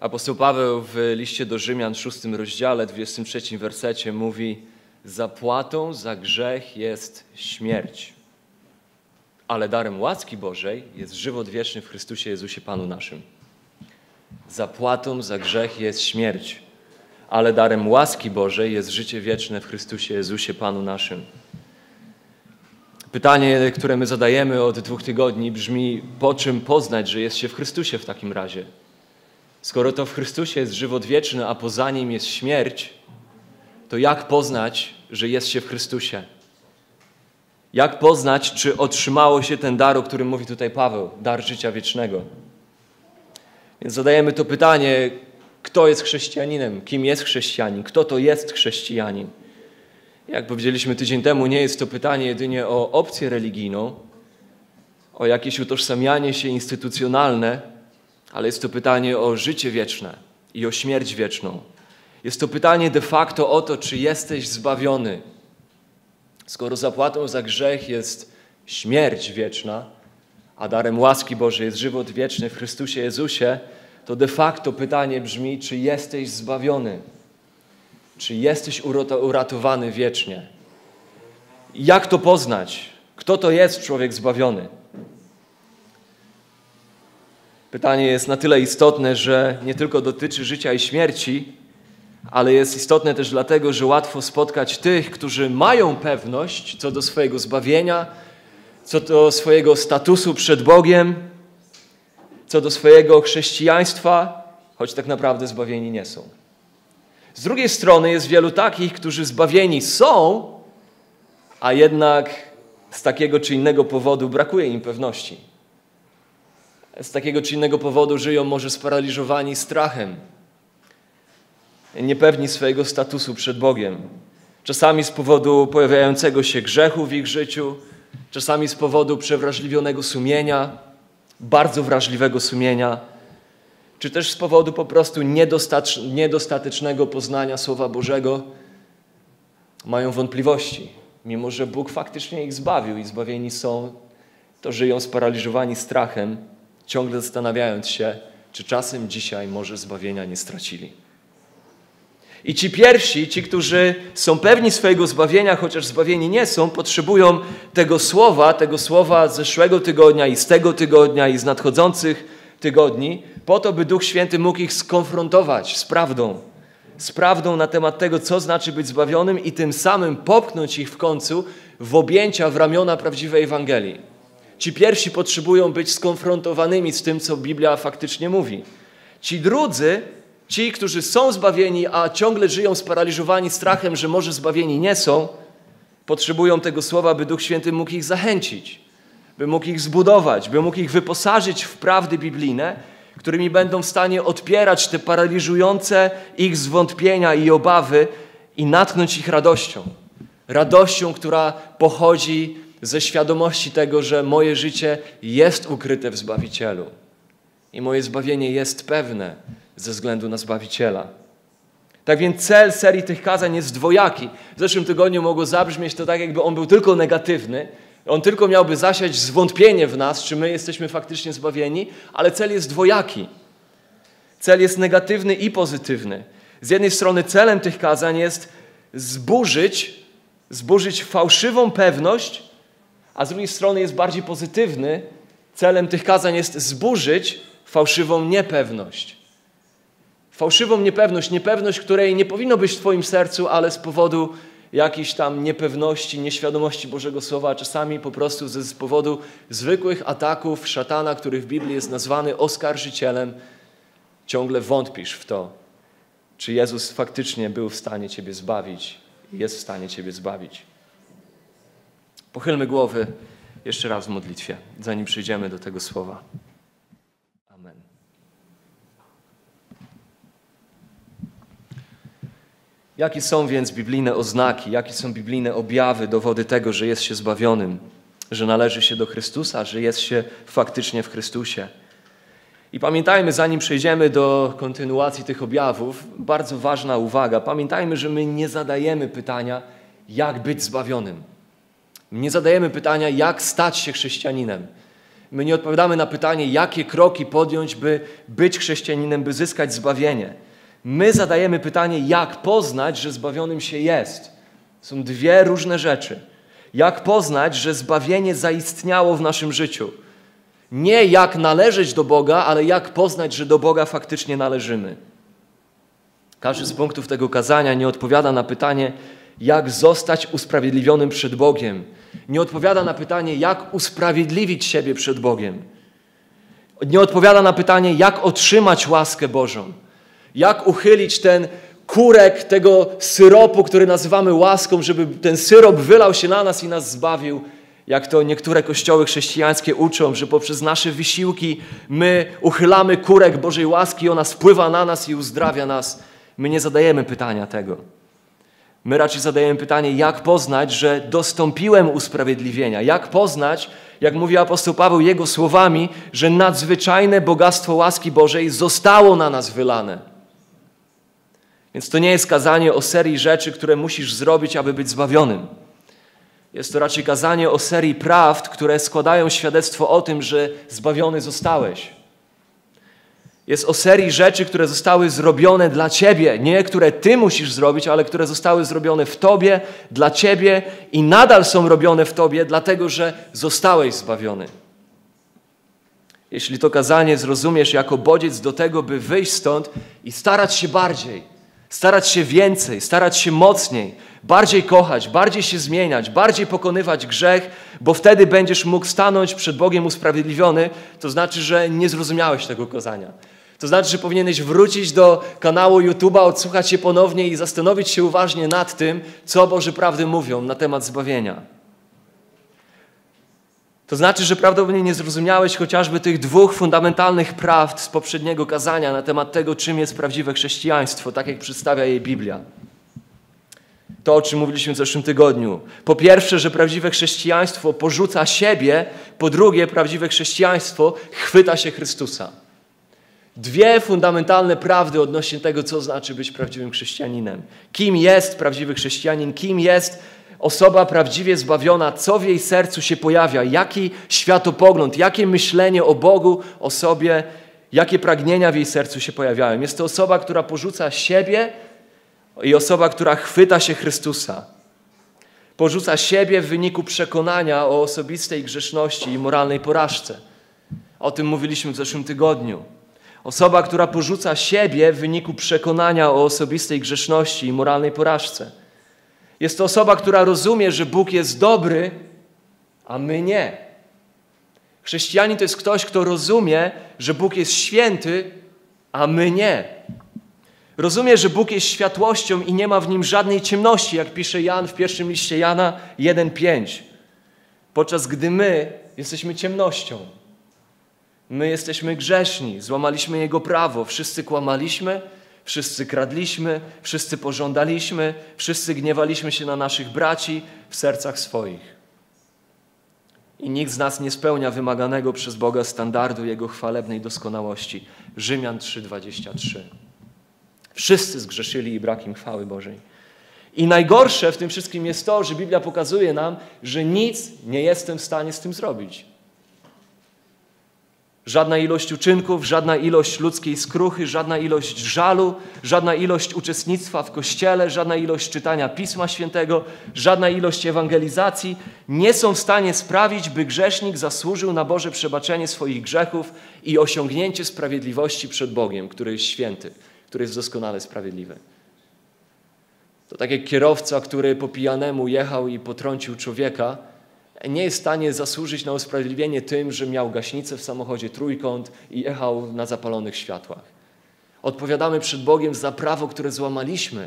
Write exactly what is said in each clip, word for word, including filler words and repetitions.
Apostoł Paweł w liście do Rzymian, szóstym rozdziale, dwudziestym trzecim wersecie mówi: zapłatą za grzech jest śmierć, ale darem łaski Bożej jest żywot wieczny w Chrystusie Jezusie Panu naszym. Zapłatą za grzech jest śmierć, ale darem łaski Bożej jest życie wieczne w Chrystusie Jezusie Panu naszym. Pytanie, które my zadajemy od dwóch tygodni brzmi: po czym poznać, że jest się w Chrystusie w takim razie? Skoro to w Chrystusie jest żywot wieczny, a poza nim jest śmierć, to jak poznać, że jest się w Chrystusie? Jak poznać, czy otrzymało się ten dar, o którym mówi tutaj Paweł, dar życia wiecznego? Więc zadajemy to pytanie, kto jest chrześcijaninem, kim jest chrześcijanin, kto to jest chrześcijanin? Jak powiedzieliśmy tydzień temu, nie jest to pytanie jedynie o opcję religijną, o jakieś utożsamianie się instytucjonalne, ale jest to pytanie o życie wieczne i o śmierć wieczną. Jest to pytanie de facto o to, czy jesteś zbawiony. Skoro zapłatą za grzech jest śmierć wieczna, a darem łaski Bożej jest żywot wieczny w Chrystusie Jezusie, to de facto pytanie brzmi, czy jesteś zbawiony? Czy jesteś uratowany wiecznie? Jak to poznać? Kto to jest człowiek zbawiony? Pytanie jest na tyle istotne, że nie tylko dotyczy życia i śmierci, ale jest istotne też dlatego, że łatwo spotkać tych, którzy mają pewność co do swojego zbawienia, co do swojego statusu przed Bogiem, co do swojego chrześcijaństwa, choć tak naprawdę zbawieni nie są. Z drugiej strony jest wielu takich, którzy zbawieni są, a jednak z takiego czy innego powodu brakuje im pewności. Z takiego czy innego powodu żyją może sparaliżowani strachem, niepewni swojego statusu przed Bogiem. Czasami z powodu pojawiającego się grzechu w ich życiu, czasami z powodu przewrażliwionego sumienia, bardzo wrażliwego sumienia, czy też z powodu po prostu niedostatecznego poznania Słowa Bożego, mają wątpliwości. Mimo że Bóg faktycznie ich zbawił i zbawieni są, to żyją sparaliżowani strachem, ciągle zastanawiając się, czy czasem dzisiaj może zbawienia nie stracili. I ci pierwsi, ci, którzy są pewni swojego zbawienia, chociaż zbawieni nie są, potrzebują tego słowa, tego słowa z zeszłego tygodnia i z tego tygodnia i z nadchodzących tygodni, po to, by Duch Święty mógł ich skonfrontować z prawdą. Z prawdą na temat tego, co znaczy być zbawionym i tym samym popchnąć ich w końcu w objęcia, w ramiona prawdziwej Ewangelii. Ci pierwsi potrzebują być skonfrontowanymi z tym, co Biblia faktycznie mówi. Ci drudzy, ci, którzy są zbawieni, a ciągle żyją sparaliżowani strachem, że może zbawieni nie są, potrzebują tego słowa, by Duch Święty mógł ich zachęcić, by mógł ich zbudować, by mógł ich wyposażyć w prawdy biblijne, którymi będą w stanie odpierać te paraliżujące ich zwątpienia i obawy i natchnąć ich radością. Radością, która pochodzi ze świadomości tego, że moje życie jest ukryte w Zbawicielu i moje zbawienie jest pewne ze względu na Zbawiciela. Tak więc cel serii tych kazań jest dwojaki. W zeszłym tygodniu mogło zabrzmieć to tak, jakby on był tylko negatywny. On tylko miałby zasiać zwątpienie w nas, czy my jesteśmy faktycznie zbawieni, ale cel jest dwojaki. Cel jest negatywny i pozytywny. Z jednej strony celem tych kazań jest zburzyć, zburzyć fałszywą pewność, a z drugiej strony jest bardziej pozytywny. Celem tych kazań jest zburzyć fałszywą niepewność. Fałszywą niepewność, niepewność, której nie powinno być w twoim sercu, ale z powodu jakiejś tam niepewności, nieświadomości Bożego Słowa, a czasami po prostu z, z powodu zwykłych ataków szatana, który w Biblii jest nazwany oskarżycielem, ciągle wątpisz w to, czy Jezus faktycznie był w stanie ciebie zbawić i jest w stanie ciebie zbawić. Pochylmy głowy jeszcze raz w modlitwie, zanim przejdziemy do tego słowa. Amen. Jakie są więc biblijne oznaki, jakie są biblijne objawy, dowody tego, że jest się zbawionym, że należy się do Chrystusa, że jest się faktycznie w Chrystusie? I pamiętajmy, zanim przejdziemy do kontynuacji tych objawów, bardzo ważna uwaga. Pamiętajmy, że my nie zadajemy pytania, jak być zbawionym. Nie zadajemy pytania, jak stać się chrześcijaninem. My nie odpowiadamy na pytanie, jakie kroki podjąć, by być chrześcijaninem, by zyskać zbawienie. My zadajemy pytanie, jak poznać, że zbawionym się jest. Są dwie różne rzeczy. Jak poznać, że zbawienie zaistniało w naszym życiu. Nie jak należeć do Boga, ale jak poznać, że do Boga faktycznie należymy. Każdy z punktów tego kazania nie odpowiada na pytanie, jak zostać usprawiedliwionym przed Bogiem. Nie odpowiada na pytanie, jak usprawiedliwić siebie przed Bogiem. Nie odpowiada na pytanie, jak otrzymać łaskę Bożą. Jak uchylić ten kurek tego syropu, który nazywamy łaską, żeby ten syrop wylał się na nas i nas zbawił. Jak to niektóre kościoły chrześcijańskie uczą, że poprzez nasze wysiłki my uchylamy kurek Bożej łaski, ona spływa na nas i uzdrawia nas. My nie zadajemy pytania tego. My raczej zadajemy pytanie, jak poznać, że dostąpiłem usprawiedliwienia. Jak poznać, jak mówi apostoł Paweł jego słowami, że nadzwyczajne bogactwo łaski Bożej zostało na nas wylane. Więc to nie jest kazanie o serii rzeczy, które musisz zrobić, aby być zbawionym. Jest to raczej kazanie o serii prawd, które składają świadectwo o tym, że zbawiony zostałeś. Jest o serii rzeczy, które zostały zrobione dla Ciebie. Nie które Ty musisz zrobić, ale które zostały zrobione w Tobie, dla Ciebie i nadal są robione w Tobie, dlatego że zostałeś zbawiony. Jeśli to kazanie zrozumiesz jako bodziec do tego, by wyjść stąd i starać się bardziej, starać się więcej, starać się mocniej, bardziej kochać, bardziej się zmieniać, bardziej pokonywać grzech, bo wtedy będziesz mógł stanąć przed Bogiem usprawiedliwiony, to znaczy, że nie zrozumiałeś tego kazania. To znaczy, że powinieneś wrócić do kanału YouTube'a, odsłuchać się ponownie i zastanowić się uważnie nad tym, co Boże prawdy mówią na temat zbawienia. To znaczy, że prawdopodobnie nie zrozumiałeś chociażby tych dwóch fundamentalnych prawd z poprzedniego kazania na temat tego, czym jest prawdziwe chrześcijaństwo, tak jak przedstawia je Biblia. To, o czym mówiliśmy w zeszłym tygodniu. Po pierwsze, że prawdziwe chrześcijaństwo porzuca siebie. Po drugie, prawdziwe chrześcijaństwo chwyta się Chrystusa. Dwie fundamentalne prawdy odnośnie tego, co znaczy być prawdziwym chrześcijaninem. Kim jest prawdziwy chrześcijanin, kim jest osoba prawdziwie zbawiona, co w jej sercu się pojawia, jaki światopogląd, jakie myślenie o Bogu, o sobie, jakie pragnienia w jej sercu się pojawiają. Jest to osoba, która porzuca siebie i osoba, która chwyta się Chrystusa. Porzuca siebie w wyniku przekonania o osobistej grzeszności i moralnej porażce. O tym mówiliśmy w zeszłym tygodniu. Osoba, która porzuca siebie w wyniku przekonania o osobistej grzeszności i moralnej porażce. Jest to osoba, która rozumie, że Bóg jest dobry, a my nie. Chrześcijanin to jest ktoś, kto rozumie, że Bóg jest święty, a my nie. Rozumie, że Bóg jest światłością i nie ma w nim żadnej ciemności, jak pisze Jan w pierwszym liście Jana jeden pięć. Podczas gdy my jesteśmy ciemnością. My jesteśmy grzeszni, złamaliśmy Jego prawo, wszyscy kłamaliśmy, wszyscy kradliśmy, wszyscy pożądaliśmy, wszyscy gniewaliśmy się na naszych braci w sercach swoich. I nikt z nas nie spełnia wymaganego przez Boga standardu Jego chwalebnej doskonałości. Rzymian trzy dwadzieścia trzy. Wszyscy zgrzeszyli i brak im chwały Bożej. I najgorsze w tym wszystkim jest to, że Biblia pokazuje nam, że nic nie jestem w stanie z tym zrobić. Żadna ilość uczynków, żadna ilość ludzkiej skruchy, żadna ilość żalu, żadna ilość uczestnictwa w Kościele, żadna ilość czytania Pisma Świętego, żadna ilość ewangelizacji nie są w stanie sprawić, by grzesznik zasłużył na Boże przebaczenie swoich grzechów i osiągnięcie sprawiedliwości przed Bogiem, który jest święty, który jest doskonale sprawiedliwy. To tak jak kierowca, który po pijanemu jechał i potrącił człowieka, nie jest w stanie zasłużyć na usprawiedliwienie tym, że miał gaśnicę w samochodzie, trójkąt i jechał na zapalonych światłach. Odpowiadamy przed Bogiem za prawo, które złamaliśmy.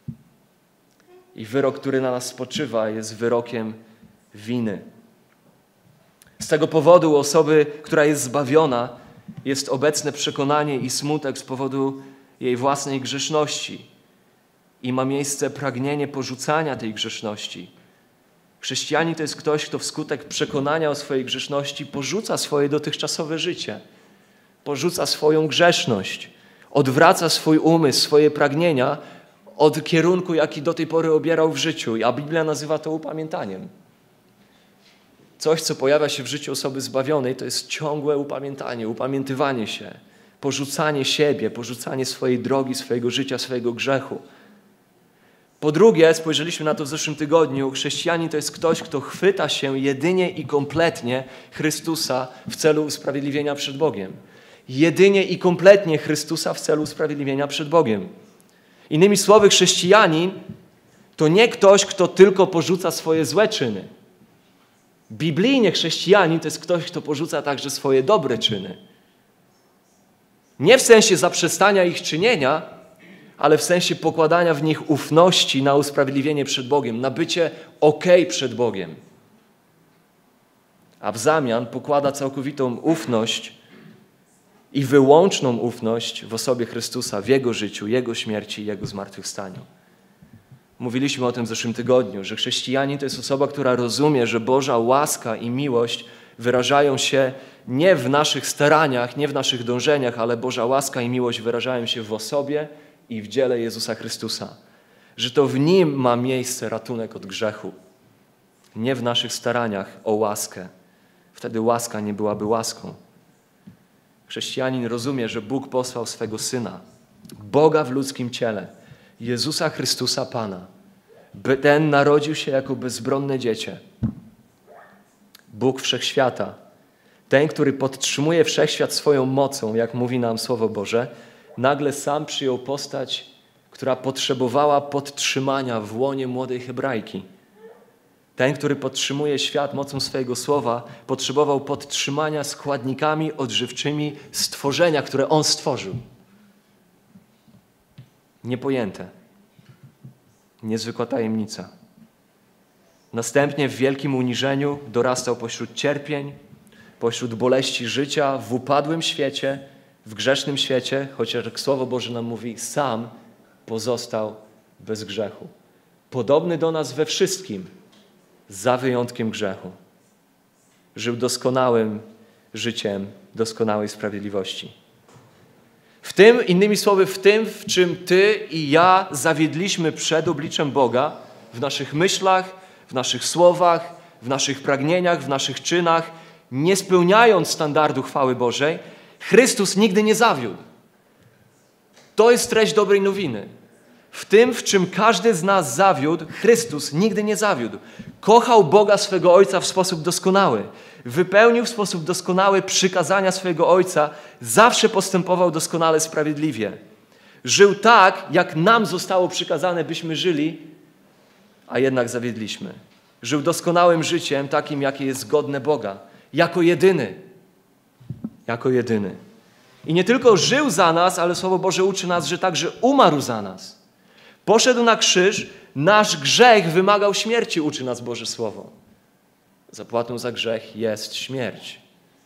I wyrok, który na nas spoczywa, jest wyrokiem winy. Z tego powodu u osoby, która jest zbawiona, jest obecne przekonanie i smutek z powodu jej własnej grzeszności. I ma miejsce pragnienie porzucania tej grzeszności. Chrześcijanin to jest ktoś, kto wskutek przekonania o swojej grzeszności porzuca swoje dotychczasowe życie. Porzuca swoją grzeszność. Odwraca swój umysł, swoje pragnienia od kierunku, jaki do tej pory obierał w życiu. A Biblia nazywa to upamiętaniem. Coś, co pojawia się w życiu osoby zbawionej, to jest ciągłe upamiętanie, upamiętywanie się, porzucanie siebie, porzucanie swojej drogi, swojego życia, swojego grzechu. Po drugie, spojrzeliśmy na to w zeszłym tygodniu, chrześcijanin to jest ktoś, kto chwyta się jedynie i kompletnie Chrystusa w celu usprawiedliwienia przed Bogiem. Jedynie i kompletnie Chrystusa w celu usprawiedliwienia przed Bogiem. Innymi słowy, chrześcijanin to nie ktoś, kto tylko porzuca swoje złe czyny. Biblijnie chrześcijanin to jest ktoś, kto porzuca także swoje dobre czyny. Nie w sensie zaprzestania ich czynienia, ale w sensie pokładania w nich ufności na usprawiedliwienie przed Bogiem, na bycie okej przed Bogiem. A w zamian pokłada całkowitą ufność i wyłączną ufność w osobie Chrystusa, w Jego życiu, Jego śmierci i Jego zmartwychwstaniu. Mówiliśmy o tym w zeszłym tygodniu, że chrześcijanin to jest osoba, która rozumie, że Boża łaska i miłość wyrażają się nie w naszych staraniach, nie w naszych dążeniach, ale Boża łaska i miłość wyrażają się w osobie i w dziele Jezusa Chrystusa. Że to w Nim ma miejsce ratunek od grzechu. Nie w naszych staraniach o łaskę. Wtedy łaska nie byłaby łaską. Chrześcijanin rozumie, że Bóg posłał swego Syna, Boga w ludzkim ciele, Jezusa Chrystusa Pana, by ten narodził się jako bezbronne dziecię. Bóg Wszechświata, ten, który podtrzymuje Wszechświat swoją mocą, jak mówi nam Słowo Boże, nagle sam przyjął postać, która potrzebowała podtrzymania w łonie młodej Hebrajki. Ten, który podtrzymuje świat mocą swojego Słowa, potrzebował podtrzymania składnikami odżywczymi stworzenia, które On stworzył. Niepojęte. Niezwykła tajemnica. Następnie w wielkim uniżeniu dorastał pośród cierpień, pośród boleści życia, w upadłym świecie, w grzesznym świecie, chociaż jak Słowo Boże nam mówi, sam pozostał bez grzechu. Podobny do nas we wszystkim, za wyjątkiem grzechu. Żył doskonałym życiem doskonałej sprawiedliwości. W tym, innymi słowy, w tym, w czym ty i ja zawiedliśmy przed obliczem Boga, w naszych myślach, w naszych słowach, w naszych pragnieniach, w naszych czynach, nie spełniając standardu chwały Bożej, Chrystus nigdy nie zawiódł. To jest treść dobrej nowiny. W tym, w czym każdy z nas zawiódł, Chrystus nigdy nie zawiódł. Kochał Boga swego Ojca w sposób doskonały. Wypełnił w sposób doskonały przykazania swojego Ojca. Zawsze postępował doskonale sprawiedliwie. Żył tak, jak nam zostało przykazane, byśmy żyli, a jednak zawiedliśmy. Żył doskonałym życiem, takim, jakie jest godne Boga. Jako jedyny. Jako jedyny. I nie tylko żył za nas, ale Słowo Boże uczy nas, że także umarł za nas. Poszedł na krzyż, nasz grzech wymagał śmierci, uczy nas Boże Słowo. Zapłatą za grzech jest śmierć.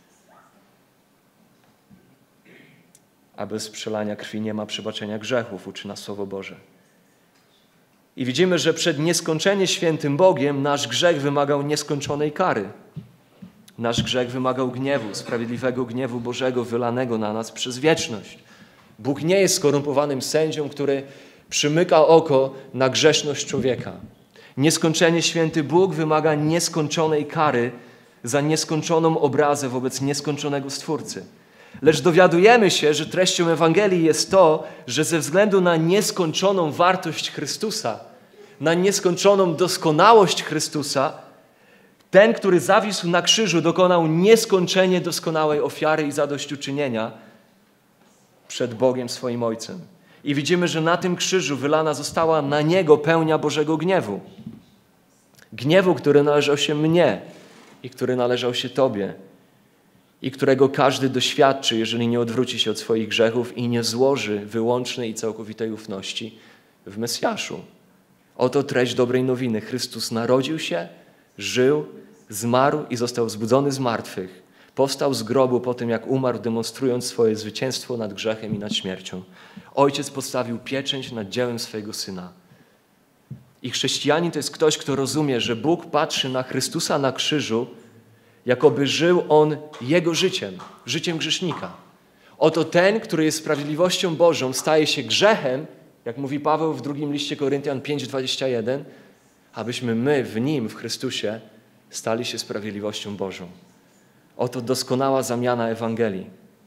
A bez przelania krwi nie ma przebaczenia grzechów, uczy nas Słowo Boże. I widzimy, że przed nieskończenie świętym Bogiem nasz grzech wymagał nieskończonej kary. Nasz grzech wymagał gniewu, sprawiedliwego gniewu Bożego wylanego na nas przez wieczność. Bóg nie jest skorumpowanym sędzią, który przymyka oko na grzeszność człowieka. Nieskończenie święty Bóg wymaga nieskończonej kary za nieskończoną obrazę wobec nieskończonego Stwórcy. Lecz dowiadujemy się, że treścią Ewangelii jest to, że ze względu na nieskończoną wartość Chrystusa, na nieskończoną doskonałość Chrystusa, ten, który zawisł na krzyżu, dokonał nieskończenie doskonałej ofiary i zadośćuczynienia przed Bogiem swoim Ojcem. I widzimy, że na tym krzyżu wylana została na Niego pełnia Bożego gniewu. Gniewu, który należał się mnie i który należał się Tobie i którego każdy doświadczy, jeżeli nie odwróci się od swoich grzechów i nie złoży wyłącznej i całkowitej ufności w Mesjaszu. Oto treść dobrej nowiny. Chrystus narodził się, żył, zmarł i został wzbudzony z martwych. Powstał z grobu po tym, jak umarł, demonstrując swoje zwycięstwo nad grzechem i nad śmiercią. Ojciec postawił pieczęć nad dziełem swojego Syna. I chrześcijanin to jest ktoś, kto rozumie, że Bóg patrzy na Chrystusa na krzyżu, jakoby żył On Jego życiem, życiem grzesznika. Oto ten, który jest sprawiedliwością Bożą, staje się grzechem, jak mówi Paweł w drugim liście Koryntian pięć dwadzieścia jeden, abyśmy my w Nim, w Chrystusie, stali się sprawiedliwością Bożą. Oto doskonała zamiana Ewangelii.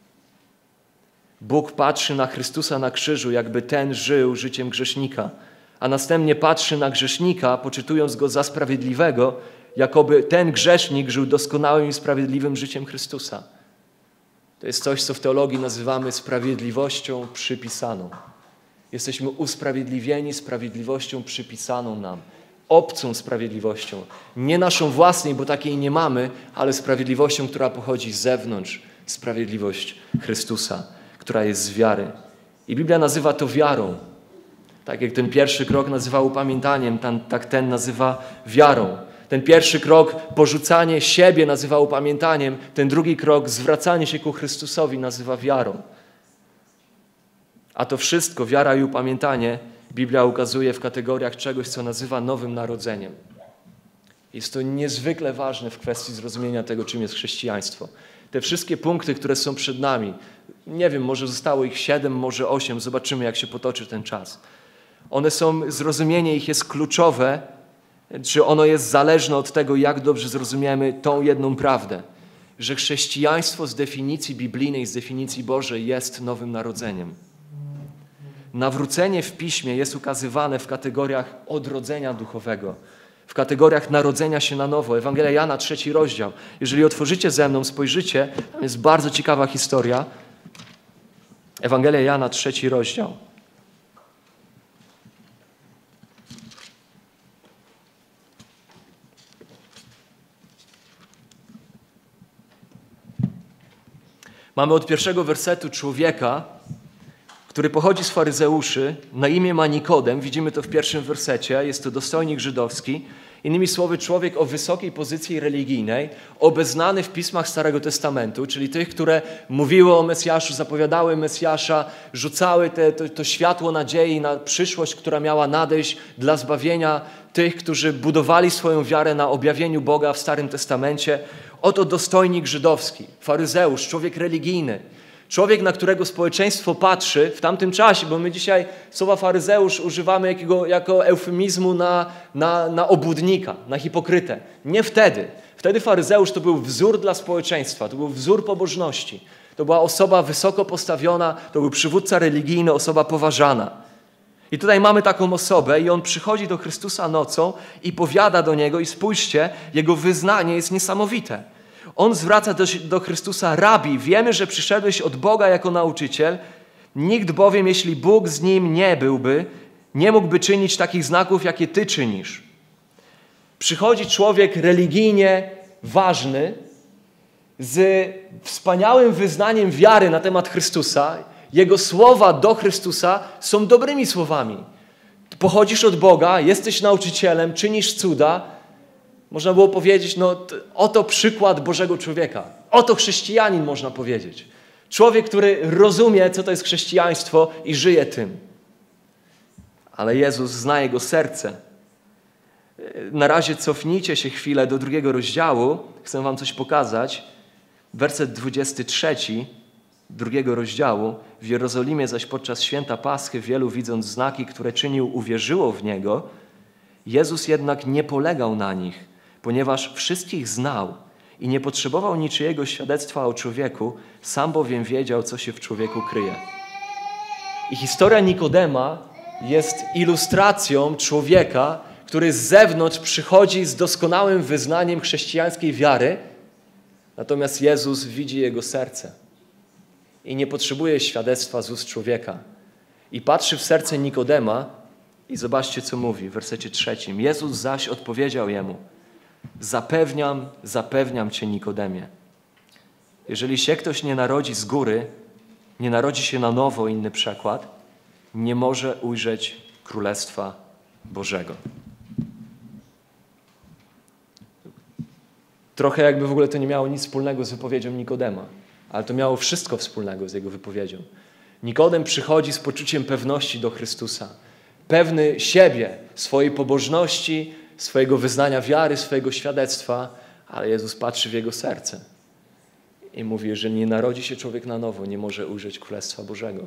Bóg patrzy na Chrystusa na krzyżu, jakby ten żył życiem grzesznika, a następnie patrzy na grzesznika, poczytując go za sprawiedliwego, jakoby ten grzesznik żył doskonałym i sprawiedliwym życiem Chrystusa. To jest coś, co w teologii nazywamy sprawiedliwością przypisaną. Jesteśmy usprawiedliwieni sprawiedliwością przypisaną nam. Obcą sprawiedliwością. Nie naszą własną, bo takiej nie mamy, ale sprawiedliwością, która pochodzi z zewnątrz. Sprawiedliwość Chrystusa, która jest z wiary. I Biblia nazywa to wiarą. Tak jak ten pierwszy krok nazywa upamiętaniem, ten, tak ten nazywa wiarą. Ten pierwszy krok, porzucanie siebie, nazywa upamiętaniem. Ten drugi krok, zwracanie się ku Chrystusowi, nazywa wiarą. A to wszystko, wiara i upamiętanie, Biblia ukazuje w kategoriach czegoś, co nazywa nowym narodzeniem. Jest to niezwykle ważne w kwestii zrozumienia tego, czym jest chrześcijaństwo. Te wszystkie punkty, które są przed nami, nie wiem, może zostało ich siedem, może osiem, zobaczymy, jak się potoczy ten czas. One są, zrozumienie ich jest kluczowe, czy ono jest zależne od tego, jak dobrze zrozumiemy tą jedną prawdę, że chrześcijaństwo z definicji biblijnej, z definicji Bożej jest nowym narodzeniem. Nawrócenie w Piśmie jest ukazywane w kategoriach odrodzenia duchowego, w kategoriach narodzenia się na nowo. Ewangelia Jana, trzeci rozdział. Jeżeli otworzycie ze mną, spojrzycie, tam jest bardzo ciekawa historia. Ewangelia Jana, trzeci rozdział. Mamy od pierwszego wersetu człowieka, który pochodzi z faryzeuszy, na imię ma Nikodem, widzimy to w pierwszym wersecie, jest to dostojnik żydowski. Innymi słowy, człowiek o wysokiej pozycji religijnej, obeznany w pismach Starego Testamentu, czyli tych, które mówiły o Mesjaszu, zapowiadały Mesjasza, rzucały te, to, to światło nadziei na przyszłość, która miała nadejść dla zbawienia tych, którzy budowali swoją wiarę na objawieniu Boga w Starym Testamencie. Oto dostojnik żydowski, faryzeusz, człowiek religijny. Człowiek, na którego społeczeństwo patrzy w tamtym czasie, bo my dzisiaj słowa faryzeusz używamy jakiego, jako eufemizmu na, na, na obłudnika, na hipokrytę. Nie wtedy. Wtedy faryzeusz to był wzór dla społeczeństwa, to był wzór pobożności. To była osoba wysoko postawiona, to był przywódca religijny, osoba poważana. I tutaj mamy taką osobę i on przychodzi do Chrystusa nocą i powiada do Niego i spójrzcie, jego wyznanie jest niesamowite. On zwraca do, do Chrystusa: Rabi, wiemy, że przyszedłeś od Boga jako nauczyciel, nikt bowiem, jeśli Bóg z nim nie byłby, nie mógłby czynić takich znaków, jakie Ty czynisz. Przychodzi człowiek religijnie ważny, z wspaniałym wyznaniem wiary na temat Chrystusa. Jego słowa do Chrystusa są dobrymi słowami. Pochodzisz od Boga, jesteś nauczycielem, czynisz cuda. Można było powiedzieć, no oto przykład Bożego człowieka. Oto chrześcijanin, można powiedzieć. Człowiek, który rozumie, co to jest chrześcijaństwo i żyje tym. Ale Jezus zna jego serce. Na razie cofnijcie się chwilę do drugiego rozdziału. Chcę wam coś pokazać. Werset dwudziesty trzeci drugiego rozdziału. W Jerozolimie zaś podczas święta Paschy wielu, widząc znaki, które czynił, uwierzyło w Niego. Jezus jednak nie polegał na nich, ponieważ wszystkich znał i nie potrzebował niczyjego świadectwa o człowieku, sam bowiem wiedział, co się w człowieku kryje. I historia Nikodema jest ilustracją człowieka, który z zewnątrz przychodzi z doskonałym wyznaniem chrześcijańskiej wiary, natomiast Jezus widzi jego serce i nie potrzebuje świadectwa z ust człowieka. I patrzy w serce Nikodema i zobaczcie, co mówi w wersecie trzecim. Jezus zaś odpowiedział jemu: Zapewniam, zapewniam cię, Nikodemie. Jeżeli się ktoś nie narodzi z góry, nie narodzi się na nowo, inny przekład, nie może ujrzeć Królestwa Bożego. Trochę jakby w ogóle to nie miało nic wspólnego z wypowiedzią Nikodema, ale to miało wszystko wspólnego z jego wypowiedzią. Nikodem przychodzi z poczuciem pewności do Chrystusa. Pewny siebie, swojej pobożności, swojego wyznania wiary, swojego świadectwa, ale Jezus patrzy w jego serce i mówi, że nie narodzi się człowiek na nowo, nie może ujrzeć Królestwa Bożego.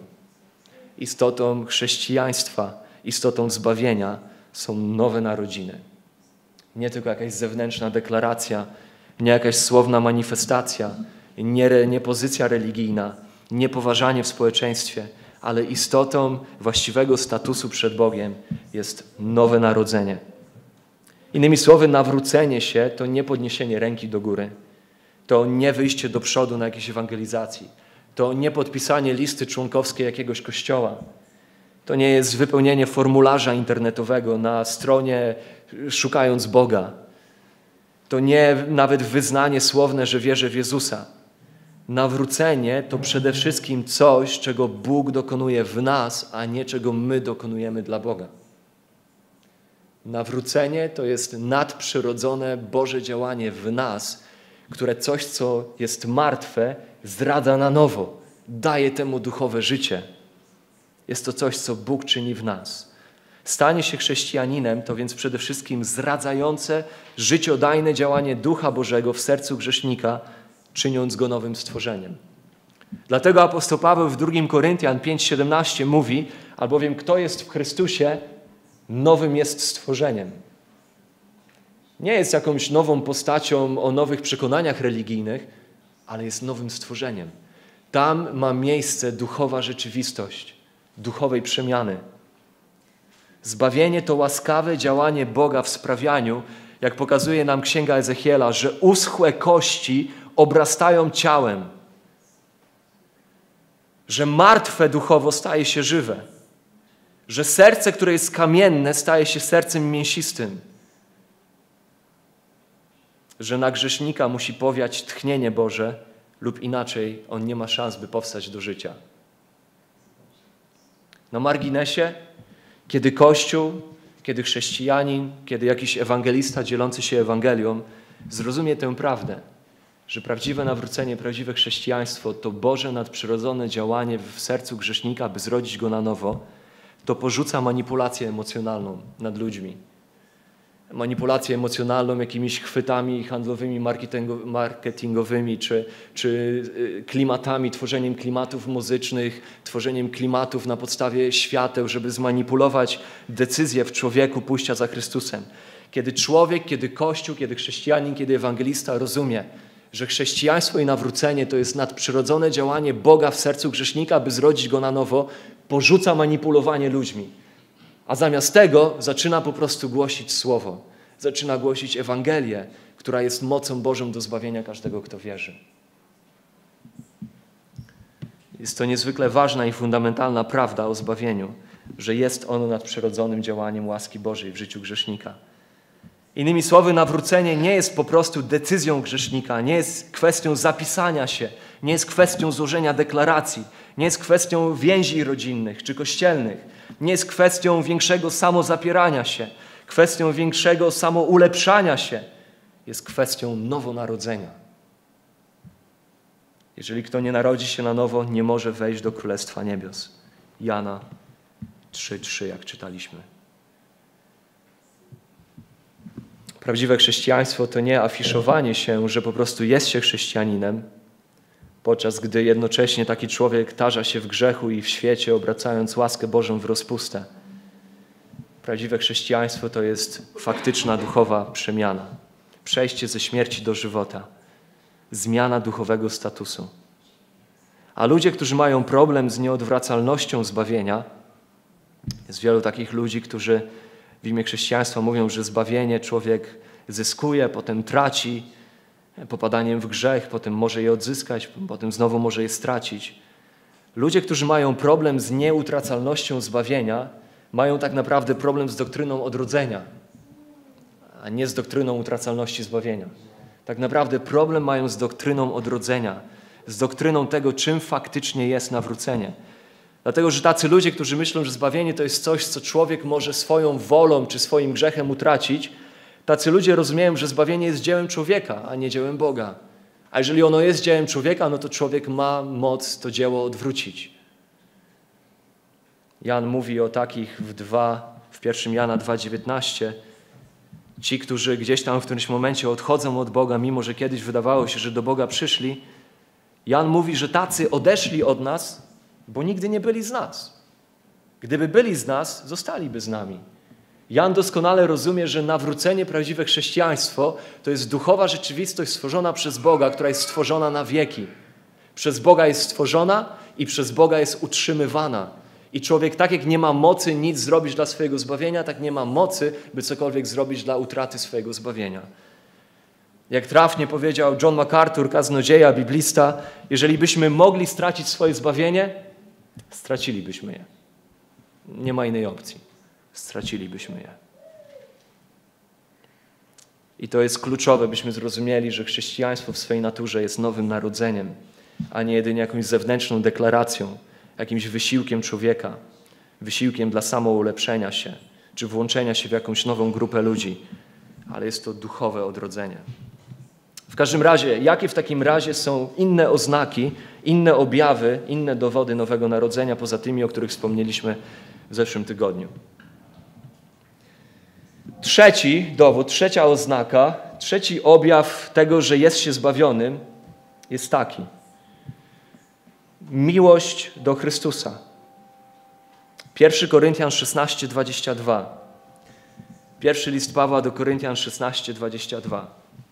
Istotą chrześcijaństwa, istotą zbawienia są nowe narodziny. Nie tylko jakaś zewnętrzna deklaracja, nie jakaś słowna manifestacja, nie, re, nie pozycja religijna, nie poważanie w społeczeństwie, ale istotą właściwego statusu przed Bogiem jest nowe narodzenie. Innymi słowy, nawrócenie się to nie podniesienie ręki do góry, to nie wyjście do przodu na jakiejś ewangelizacji, to nie podpisanie listy członkowskiej jakiegoś kościoła, to nie jest wypełnienie formularza internetowego na stronie szukając Boga, to nie nawet wyznanie słowne, że wierzę w Jezusa. Nawrócenie to przede wszystkim coś, czego Bóg dokonuje w nas, a nie czego my dokonujemy dla Boga. Nawrócenie to jest nadprzyrodzone Boże działanie w nas, które coś, co jest martwe, zdradza na nowo, daje temu duchowe życie. Jest to coś, co Bóg czyni w nas. Stanie się chrześcijaninem to więc przede wszystkim zradzające, życiodajne działanie Ducha Bożego w sercu grzesznika, czyniąc go nowym stworzeniem. Dlatego apostoł Paweł w drugim Koryntian pięć siedemnaście mówi, albowiem kto jest w Chrystusie, nowym jest stworzeniem. Nie jest jakąś nową postacią o nowych przekonaniach religijnych, ale jest nowym stworzeniem. Tam ma miejsce duchowa rzeczywistość, duchowej przemiany. Zbawienie to łaskawe działanie Boga w sprawianiu, jak pokazuje nam Księga Ezechiela, że uschłe kości obrastają ciałem, że martwe duchowo staje się żywe, że serce, które jest kamienne, staje się sercem mięsistym, że na grzesznika musi powiać tchnienie Boże lub inaczej on nie ma szans, by powstać do życia. Na marginesie, kiedy Kościół, kiedy chrześcijanin, kiedy jakiś ewangelista dzielący się Ewangelią zrozumie tę prawdę, że prawdziwe nawrócenie, prawdziwe chrześcijaństwo to Boże nadprzyrodzone działanie w sercu grzesznika, by zrodzić go na nowo, to porzuca manipulację emocjonalną nad ludźmi. Manipulację emocjonalną jakimiś chwytami handlowymi, marketingowymi, czy, czy klimatami, tworzeniem klimatów muzycznych, tworzeniem klimatów na podstawie świateł, żeby zmanipulować decyzję w człowieku pójścia za Chrystusem. Kiedy człowiek, kiedy Kościół, kiedy chrześcijanin, kiedy ewangelista rozumie, że chrześcijaństwo i nawrócenie to jest nadprzyrodzone działanie Boga w sercu grzesznika, by zrodzić go na nowo, porzuca manipulowanie ludźmi. A zamiast tego zaczyna po prostu głosić Słowo. Zaczyna głosić Ewangelię, która jest mocą Bożą do zbawienia każdego, kto wierzy. Jest to niezwykle ważna i fundamentalna prawda o zbawieniu, że jest ono nadprzyrodzonym działaniem łaski Bożej w życiu grzesznika. Innymi słowy, nawrócenie nie jest po prostu decyzją grzesznika, nie jest kwestią zapisania się, nie jest kwestią złożenia deklaracji, nie jest kwestią więzi rodzinnych czy kościelnych, nie jest kwestią większego samozapierania się, kwestią większego samoulepszania się. Jest kwestią nowonarodzenia. Jeżeli kto nie narodzi się na nowo, nie może wejść do Królestwa Niebios. Jana trzy trzy, jak czytaliśmy. Prawdziwe chrześcijaństwo to nie afiszowanie się, że po prostu jest się chrześcijaninem, podczas gdy jednocześnie taki człowiek tarza się w grzechu i w świecie, obracając łaskę Bożą w rozpustę. Prawdziwe chrześcijaństwo to jest faktyczna duchowa przemiana. Przejście ze śmierci do żywota. Zmiana duchowego statusu. A ludzie, którzy mają problem z nieodwracalnością zbawienia, jest wielu takich ludzi, którzy w imię chrześcijaństwa mówią, że zbawienie człowiek zyskuje, potem traci, popadaniem w grzech, potem może je odzyskać, potem znowu może je stracić. Ludzie, którzy mają problem z nieutracalnością zbawienia, mają tak naprawdę problem z doktryną odrodzenia, a nie z doktryną utracalności zbawienia. Tak naprawdę problem mają z doktryną odrodzenia, z doktryną tego, czym faktycznie jest nawrócenie. Dlatego, że tacy ludzie, którzy myślą, że zbawienie to jest coś, co człowiek może swoją wolą czy swoim grzechem utracić, tacy ludzie rozumieją, że zbawienie jest dziełem człowieka, a nie dziełem Boga. A jeżeli ono jest dziełem człowieka, no to człowiek ma moc to dzieło odwrócić. Jan mówi o takich w, dwa, w pierwszym Jana dwa dziewiętnaście. Ci, którzy gdzieś tam w którymś momencie odchodzą od Boga, mimo że kiedyś wydawało się, że do Boga przyszli, Jan mówi, że tacy odeszli od nas, bo nigdy nie byli z nas. Gdyby byli z nas, zostaliby z nami. Jan doskonale rozumie, że nawrócenie, prawdziwe chrześcijaństwo to jest duchowa rzeczywistość stworzona przez Boga, która jest stworzona na wieki. Przez Boga jest stworzona i przez Boga jest utrzymywana. I człowiek tak jak nie ma mocy nic zrobić dla swojego zbawienia, tak nie ma mocy, by cokolwiek zrobić dla utraty swojego zbawienia. Jak trafnie powiedział John MacArthur, kaznodzieja, biblista, jeżeli byśmy mogli stracić swoje zbawienie, stracilibyśmy je. Nie ma innej opcji. Stracilibyśmy je. I to jest kluczowe, byśmy zrozumieli, że chrześcijaństwo w swojej naturze jest nowym narodzeniem, a nie jedynie jakąś zewnętrzną deklaracją, jakimś wysiłkiem człowieka, wysiłkiem dla samoulepszenia się, czy włączenia się w jakąś nową grupę ludzi, ale jest to duchowe odrodzenie. W każdym razie, jakie w takim razie są inne oznaki, inne objawy, inne dowody nowego narodzenia, poza tymi, o których wspomnieliśmy w zeszłym tygodniu? Trzeci dowód, trzecia oznaka, trzeci objaw tego, że jest się zbawionym, jest taki. Miłość do Chrystusa. Pierwszy Koryntian szesnaście, dwadzieścia dwa. Pierwszy list Pawła do Koryntian szesnaście, dwadzieścia dwa.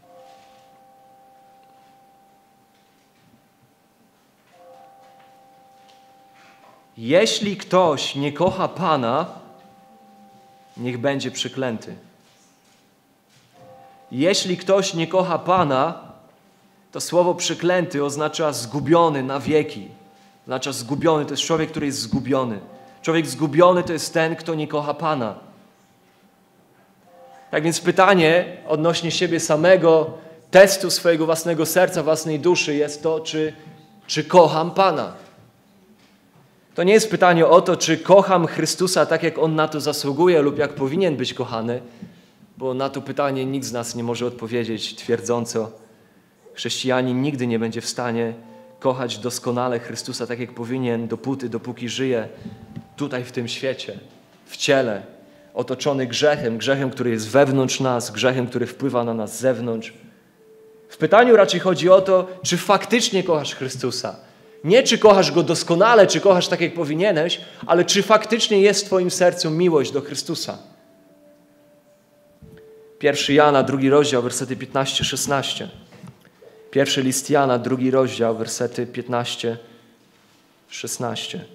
Jeśli ktoś nie kocha Pana, niech będzie przeklęty. Jeśli ktoś nie kocha Pana, to słowo przeklęty oznacza zgubiony na wieki. Oznacza zgubiony, to jest człowiek, który jest zgubiony. Człowiek zgubiony to jest ten, kto nie kocha Pana. Tak więc pytanie odnośnie siebie samego, testu swojego własnego serca, własnej duszy jest to, czy, czy kocham Pana. To nie jest pytanie o to, czy kocham Chrystusa tak, jak On na to zasługuje lub jak powinien być kochany, bo na to pytanie nikt z nas nie może odpowiedzieć twierdząco. Chrześcijanin nigdy nie będzie w stanie kochać doskonale Chrystusa tak, jak powinien, dopóty, dopóki żyje tutaj w tym świecie, w ciele, otoczony grzechem, grzechem, który jest wewnątrz nas, grzechem, który wpływa na nas z zewnątrz. W pytaniu raczej chodzi o to, czy faktycznie kochasz Chrystusa. Nie czy kochasz Go doskonale, czy kochasz tak, jak powinieneś, ale czy faktycznie jest w twoim sercu miłość do Chrystusa. Pierwszy Jana, drugi rozdział, wersety piętnaście, szesnaście. Pierwszy list Jana, drugi rozdział, wersety piętnaście, szesnaście.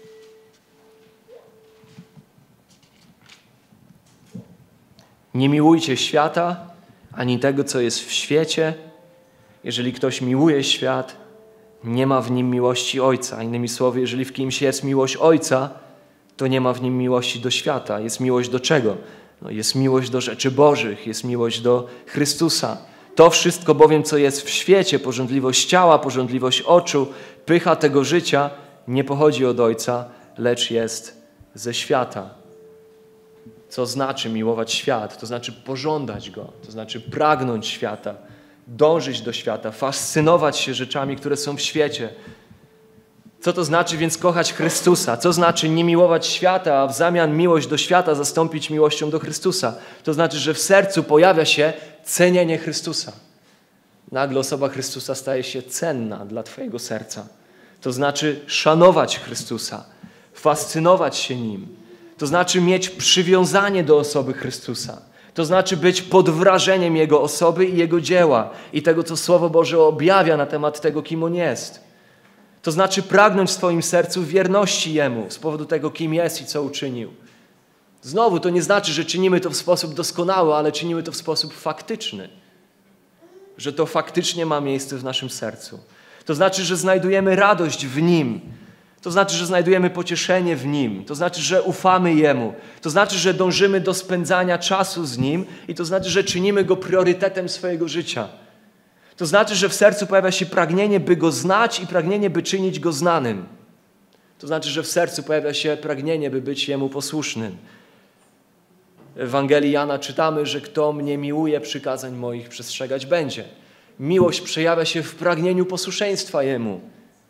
Nie miłujcie świata, ani tego, co jest w świecie. Jeżeli ktoś miłuje świat, nie ma w nim miłości Ojca. Innymi słowy, jeżeli w kimś jest miłość Ojca, to nie ma w nim miłości do świata. Jest miłość do czego? No jest miłość do rzeczy Bożych, jest miłość do Chrystusa. To wszystko bowiem, co jest w świecie, pożądliwość ciała, pożądliwość oczu, pycha tego życia, nie pochodzi od Ojca, lecz jest ze świata. Co znaczy miłować świat? To znaczy pożądać go, to znaczy pragnąć świata, dążyć do świata, fascynować się rzeczami, które są w świecie. Co to znaczy więc kochać Chrystusa? Co znaczy nie miłować świata, a w zamian miłość do świata zastąpić miłością do Chrystusa? To znaczy, że w sercu pojawia się cenienie Chrystusa. Nagle osoba Chrystusa staje się cenna dla twojego serca. To znaczy szanować Chrystusa, fascynować się Nim. To znaczy mieć przywiązanie do osoby Chrystusa. To znaczy być pod wrażeniem Jego osoby i Jego dzieła i tego, co Słowo Boże objawia na temat tego, kim On jest. To znaczy pragnąć w swoim sercu wierności Jemu z powodu tego, kim jest i co uczynił. Znowu, to nie znaczy, że czynimy to w sposób doskonały, ale czynimy to w sposób faktyczny. Że to faktycznie ma miejsce w naszym sercu. To znaczy, że znajdujemy radość w Nim. To znaczy, że znajdujemy pocieszenie w Nim. To znaczy, że ufamy Jemu. To znaczy, że dążymy do spędzania czasu z Nim i to znaczy, że czynimy Go priorytetem swojego życia. To znaczy, że w sercu pojawia się pragnienie, by Go znać i pragnienie, by czynić Go znanym. To znaczy, że w sercu pojawia się pragnienie, by być Jemu posłusznym. W Ewangelii Jana czytamy, że kto mnie miłuje, przykazań moich przestrzegać będzie. Miłość przejawia się w pragnieniu posłuszeństwa Jemu.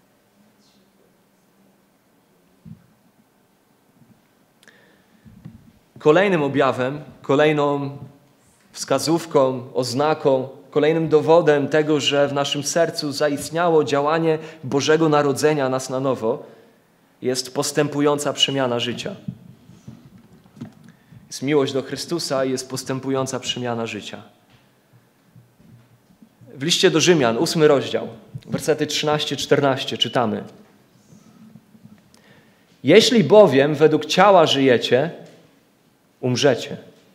Kolejnym objawem, kolejną wskazówką, oznaką, kolejnym dowodem tego, że w naszym sercu zaistniało działanie Bożego Narodzenia nas na nowo, jest postępująca przemiana życia. Jest miłość do Chrystusa i jest postępująca przemiana życia. W liście do Rzymian, ósmy rozdział, wersety trzynaście czternaście czytamy. Jeśli bowiem według ciała żyjecie, umrzecie.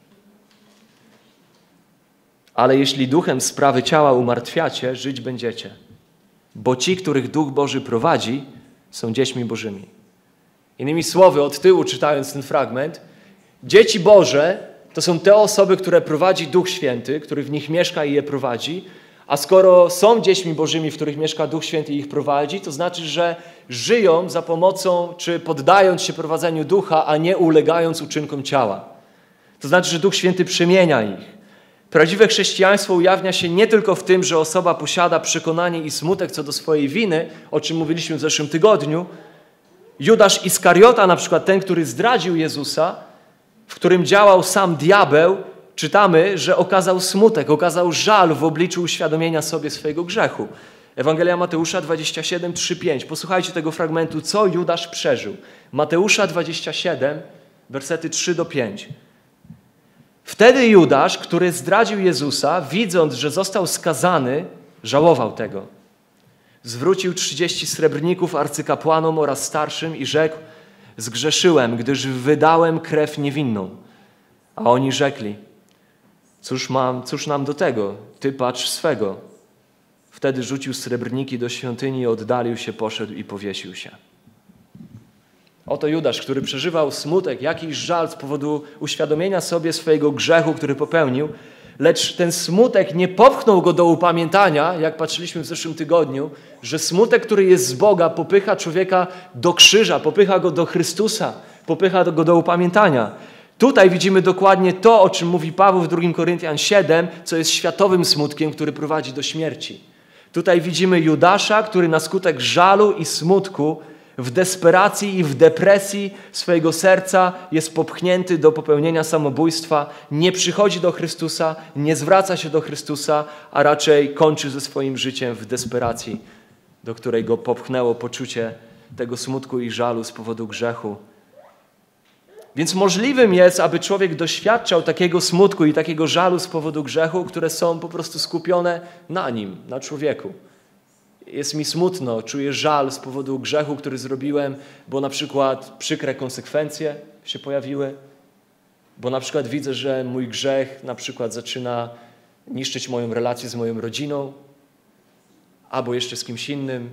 Ale jeśli duchem sprawy ciała umartwiacie, żyć będziecie. Bo ci, których Duch Boży prowadzi, są dziećmi Bożymi. Innymi słowy, od tyłu czytając ten fragment, dzieci Boże to są te osoby, które prowadzi Duch Święty, który w nich mieszka i je prowadzi, a skoro są dziećmi Bożymi, w których mieszka Duch Święty i ich prowadzi, to znaczy, że żyją za pomocą, czy poddając się prowadzeniu Ducha, a nie ulegając uczynkom ciała. To znaczy, że Duch Święty przemienia ich. Prawdziwe chrześcijaństwo ujawnia się nie tylko w tym, że osoba posiada przekonanie i smutek co do swojej winy, o czym mówiliśmy w zeszłym tygodniu. Judasz Iskariota, na przykład ten, który zdradził Jezusa, w którym działał sam diabeł, czytamy, że okazał smutek, okazał żal w obliczu uświadomienia sobie swojego grzechu. Ewangelia Mateusza dwadzieścia siedem, trzy, pięć. Posłuchajcie tego fragmentu, co Judasz przeżył. Mateusza dwadzieścia siedem, wersety trzy do pięć. Wtedy Judasz, który zdradził Jezusa, widząc, że został skazany, żałował tego. Zwrócił trzydzieści srebrników arcykapłanom oraz starszym i rzekł: zgrzeszyłem, gdyż wydałem krew niewinną. A oni rzekli: cóż mam, cóż nam do tego? Ty patrz swego. Wtedy rzucił srebrniki do świątyni, oddalił się, poszedł i powiesił się. Oto Judasz, który przeżywał smutek, jakiś żal z powodu uświadomienia sobie swojego grzechu, który popełnił, lecz ten smutek nie popchnął go do upamiętania, jak patrzyliśmy w zeszłym tygodniu, że smutek, który jest z Boga, popycha człowieka do krzyża, popycha go do Chrystusa, popycha go do upamiętania. Tutaj widzimy dokładnie to, o czym mówi Paweł w drugim Koryntian siedem, co jest światowym smutkiem, który prowadzi do śmierci. Tutaj widzimy Judasza, który na skutek żalu i smutku w desperacji i w depresji swojego serca jest popchnięty do popełnienia samobójstwa, nie przychodzi do Chrystusa, nie zwraca się do Chrystusa, a raczej kończy ze swoim życiem w desperacji, do której go popchnęło poczucie tego smutku i żalu z powodu grzechu. Więc możliwym jest, aby człowiek doświadczał takiego smutku i takiego żalu z powodu grzechu, które są po prostu skupione na nim, na człowieku. Jest mi smutno, czuję żal z powodu grzechu, który zrobiłem, bo na przykład przykre konsekwencje się pojawiły, bo na przykład widzę, że mój grzech na przykład zaczyna niszczyć moją relację z moją rodziną, albo jeszcze z kimś innym.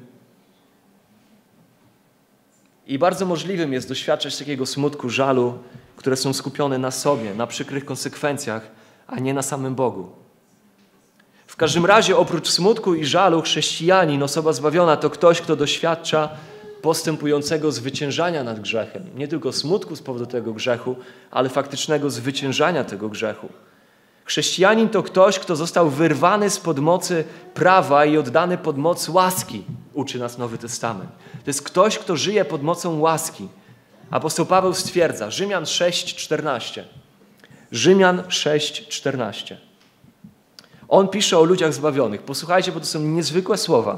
I bardzo możliwym jest doświadczać takiego smutku, żalu, które są skupione na sobie, na przykrych konsekwencjach, a nie na samym Bogu. W każdym razie oprócz smutku i żalu chrześcijanin, osoba zbawiona, to ktoś, kto doświadcza postępującego zwyciężania nad grzechem. Nie tylko smutku z powodu tego grzechu, ale faktycznego zwyciężania tego grzechu. Chrześcijanin to ktoś, kto został wyrwany spod mocy prawa i oddany pod moc łaski, uczy nas Nowy Testament. To jest ktoś, kto żyje pod mocą łaski. Apostoł Paweł stwierdza, Rzymian sześć, czternaście. Rzymian sześć, czternaście. On pisze o ludziach zbawionych. Posłuchajcie, bo to są niezwykłe słowa.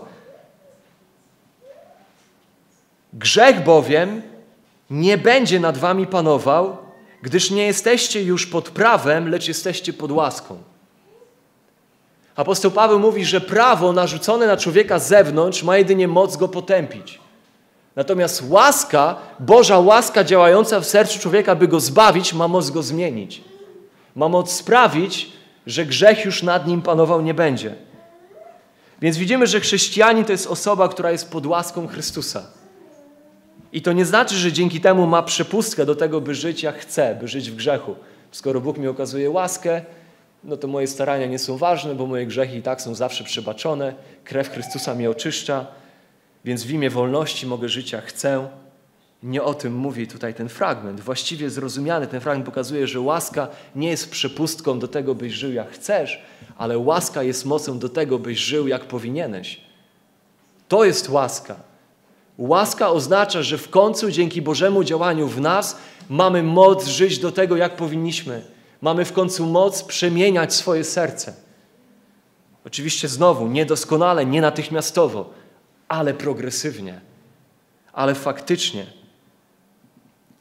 Grzech bowiem nie będzie nad wami panował, gdyż nie jesteście już pod prawem, lecz jesteście pod łaską. Apostoł Paweł mówi, że prawo narzucone na człowieka z zewnątrz ma jedynie moc go potępić. Natomiast łaska, Boża łaska działająca w sercu człowieka, by go zbawić, ma moc go zmienić. Ma moc sprawić, że grzech już nad nim panował nie będzie. Więc widzimy, że chrześcijanin to jest osoba, która jest pod łaską Chrystusa. I to nie znaczy, że dzięki temu ma przepustkę do tego, by żyć jak chce, by żyć w grzechu. Skoro Bóg mi okazuje łaskę, no to moje starania nie są ważne, bo moje grzechy i tak są zawsze przebaczone. Krew Chrystusa mnie oczyszcza, więc w imię wolności mogę żyć jak chcę. Nie o tym mówi tutaj ten fragment. Właściwie zrozumiany ten fragment pokazuje, że łaska nie jest przepustką do tego, byś żył jak chcesz, ale łaska jest mocą do tego, byś żył jak powinieneś. To jest łaska. Łaska oznacza, że w końcu dzięki Bożemu działaniu w nas mamy moc żyć do tego, jak powinniśmy. Mamy w końcu moc przemieniać swoje serce. Oczywiście znowu niedoskonale, nie natychmiastowo, ale progresywnie, ale faktycznie.